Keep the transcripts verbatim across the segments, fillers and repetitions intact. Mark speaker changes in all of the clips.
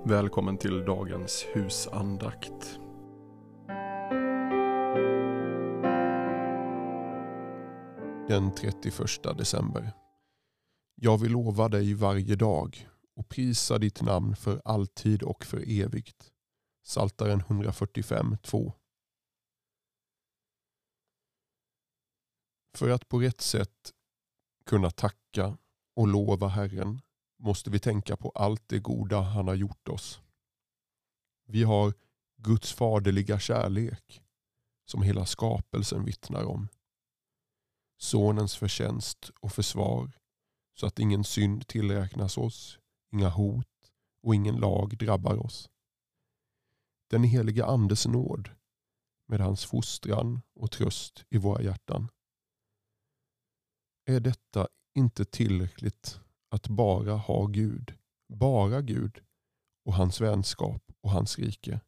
Speaker 1: Välkommen till dagens husandakt. Den trettioförsta december. Jag vill lova dig varje dag och prisa ditt namn för alltid och för evigt. Psaltaren hundrafyrtiofem två. För att på rätt sätt kunna tacka och lova Herren måste vi tänka på allt det goda han har gjort oss. Vi har Guds faderliga kärlek som hela skapelsen vittnar om. Sonens förtjänst och försvar så att ingen synd tillräknas oss, inga hot och ingen lag drabbar oss. Den heliga andes nåd med hans fostran och tröst i våra hjärtan. Är detta inte tillräckligt att bara ha Gud, bara Gud och hans vänskap och hans rike?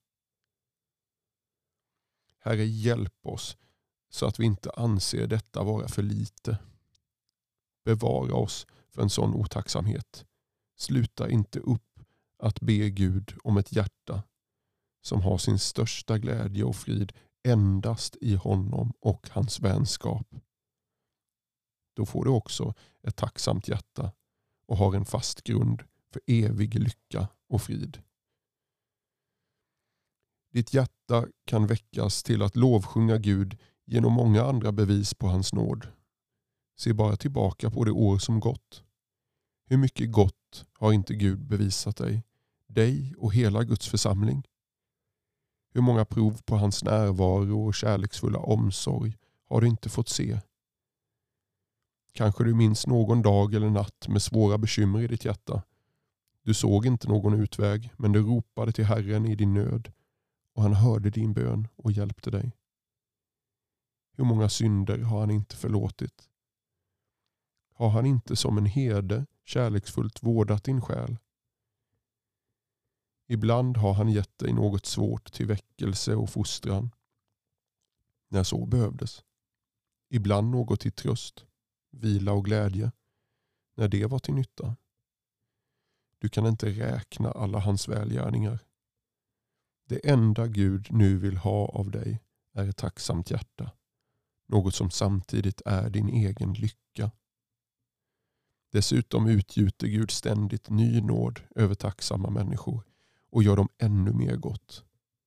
Speaker 1: Herre, hjälp oss så att vi inte anser detta vara för lite. Bevara oss för en sån otacksamhet. Sluta inte upp att be Gud om ett hjärta som har sin största glädje och frid endast i honom och hans vänskap. Då får du också ett tacksamt hjärta och har en fast grund för evig lycka och frid. Ditt hjärta kan väckas till att lovsjunga Gud genom många andra bevis på hans nåd. Se bara tillbaka på det år som gått. Hur mycket gott har inte Gud bevisat dig, dig och hela Guds församling? Hur många prov på hans närvaro och kärleksfulla omsorg har du inte fått se? Kanske du minns någon dag eller natt med svåra bekymmer i ditt hjärta. Du såg inte någon utväg, men du ropade till Herren i din nöd och han hörde din bön och hjälpte dig. Hur många synder har han inte förlåtit? Har han inte som en herde kärleksfullt vårdat din själ? Ibland har han gett dig något svårt till väckelse och fostran, när så behövdes. Ibland något till tröst, vila och glädje, när det var till nytta. Du kan inte räkna alla hans välgärningar. Det enda Gud nu vill ha av dig är ett tacksamt hjärta. Något som samtidigt är din egen lycka. Dessutom utgjuter Gud ständigt ny nåd över tacksamma människor och gör dem ännu mer gott.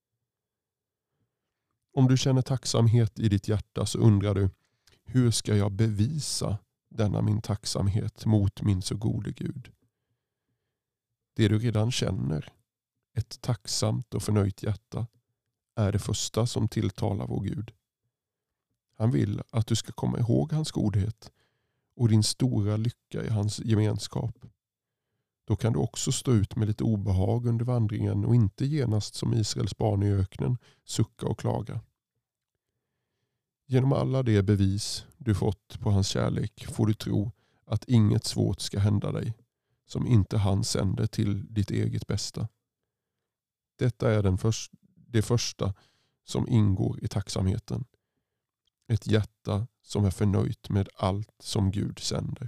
Speaker 1: Om du känner tacksamhet i ditt hjärta så undrar du, hur ska jag bevisa denna min tacksamhet mot min så gode Gud? Det du redan känner, ett tacksamt och förnöjt hjärta, är det första som tilltalar vår Gud. Han vill att du ska komma ihåg hans godhet och din stora lycka i hans gemenskap. Då kan du också stå ut med lite obehag under vandringen och inte genast som Israels barn i öknen sucka och klaga. Genom alla de bevis du fått på hans kärlek får du tro att inget svårt ska hända dig som inte han sänder till ditt eget bästa. Detta är den först, det första som ingår i tacksamheten. Ett hjärta som är förnöjt med allt som Gud sänder.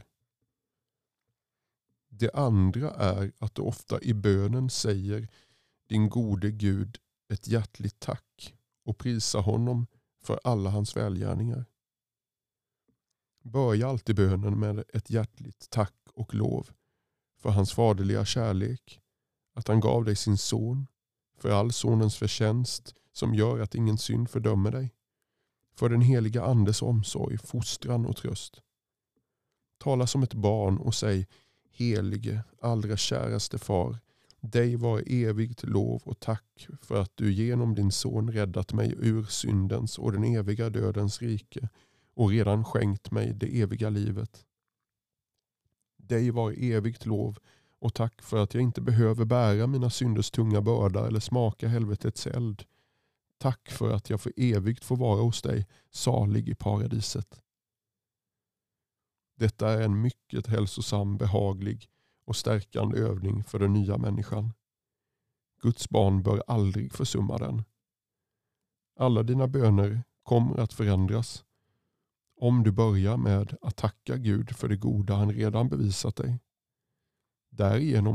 Speaker 1: Det andra är att du ofta i bönen säger din gode Gud ett hjärtligt tack och prisar honom för alla hans välgärningar. Börja alltid bönen med ett hjärtligt tack och lov för hans faderliga kärlek, att han gav dig sin son, för all sonens förtjänst som gör att ingen synd fördömer dig, för den heliga andes omsorg, fostran och tröst. Tala som ett barn och säg, helige, allra käraste far, dig var evigt lov och tack för att du genom din son räddat mig ur syndens och den eviga dödens rike och redan skänkt mig det eviga livet. Dig var evigt lov och tack för att jag inte behöver bära mina synders tunga börda eller smaka helvetets eld. Tack för att jag för evigt får vara hos dig, salig i paradiset. Detta är en mycket hälsosam, behaglig och stärkande övning för den nya människan. Guds barn bör aldrig försumma den. Alla dina böner kommer att förändras om du börjar med att tacka Gud för det goda han redan bevisat dig. Därigenom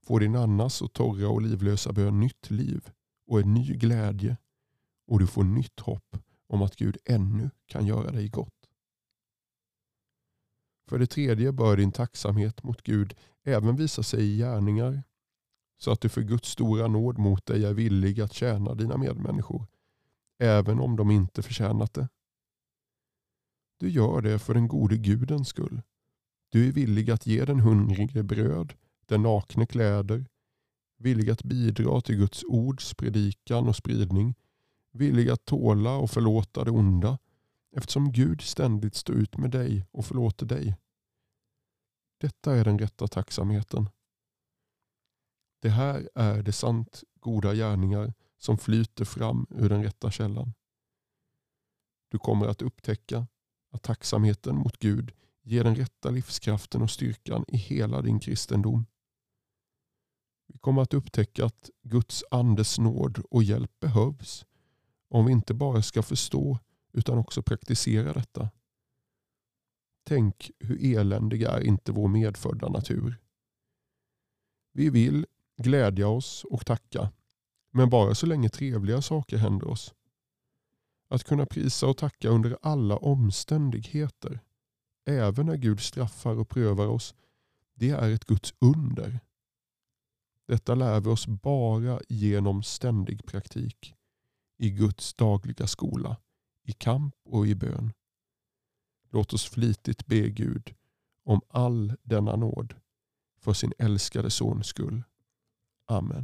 Speaker 1: får din annars och torra och livlösa bön nytt liv och en ny glädje, och du får nytt hopp om att Gud ännu kan göra dig gott. För det tredje bör din tacksamhet mot Gud även visa sig i gärningar, så att du för Guds stora nåd mot dig är villig att tjäna dina medmänniskor, även om de inte förtjänat det. Du gör det för den gode Gudens skull. Du är villig att ge den hungrige bröd, den nakne kläder, villig att bidra till Guds ords predikan och spridning, villig att tåla och förlåta det onda, eftersom Gud ständigt står ut med dig och förlåter dig. Detta är den rätta tacksamheten. Det här är det sant goda gärningar som flyter fram ur den rätta källan. Du kommer att upptäcka att tacksamheten mot Gud ger den rätta livskraften och styrkan i hela din kristendom. Vi kommer att upptäcka att Guds andes nåd och hjälp behövs om vi inte bara ska förstå utan också praktisera detta. Tänk hur eländiga är inte vår medfödda natur. Vi vill glädja oss och tacka, men bara så länge trevliga saker händer oss. Att kunna prisa och tacka under alla omständigheter, även när Gud straffar och prövar oss, det är ett Guds under. Detta lär vi oss bara genom ständig praktik, i Guds dagliga skola, i kamp och i bön. Låt oss flitigt be Gud om all denna nåd för sin älskade sons skull. Amen.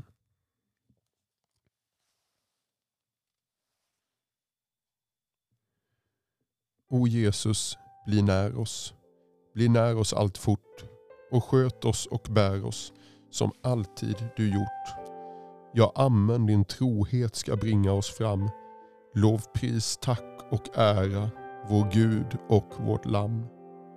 Speaker 1: O Jesus, bli när oss, bli när oss allt fort och sköt oss och bär oss som alltid du gjort. Ja, amen, din trohet ska bringa oss fram. Lovpris, tack och ära, vår Gud och vårt lamm.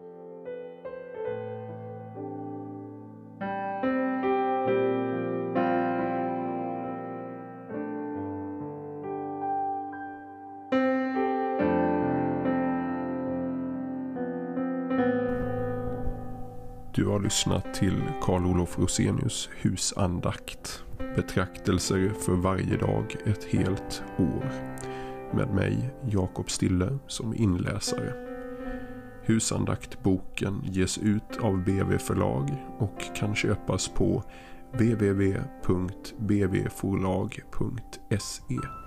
Speaker 1: Du har lyssnat till Carl-Olof Rosenius husandakt. Betraktelser för varje dag ett helt år. Med mig, Jakob Stille, som inläsare. Husandaktboken ges ut av B V Förlag och kan köpas på w w w punkt b v forlag punkt s e.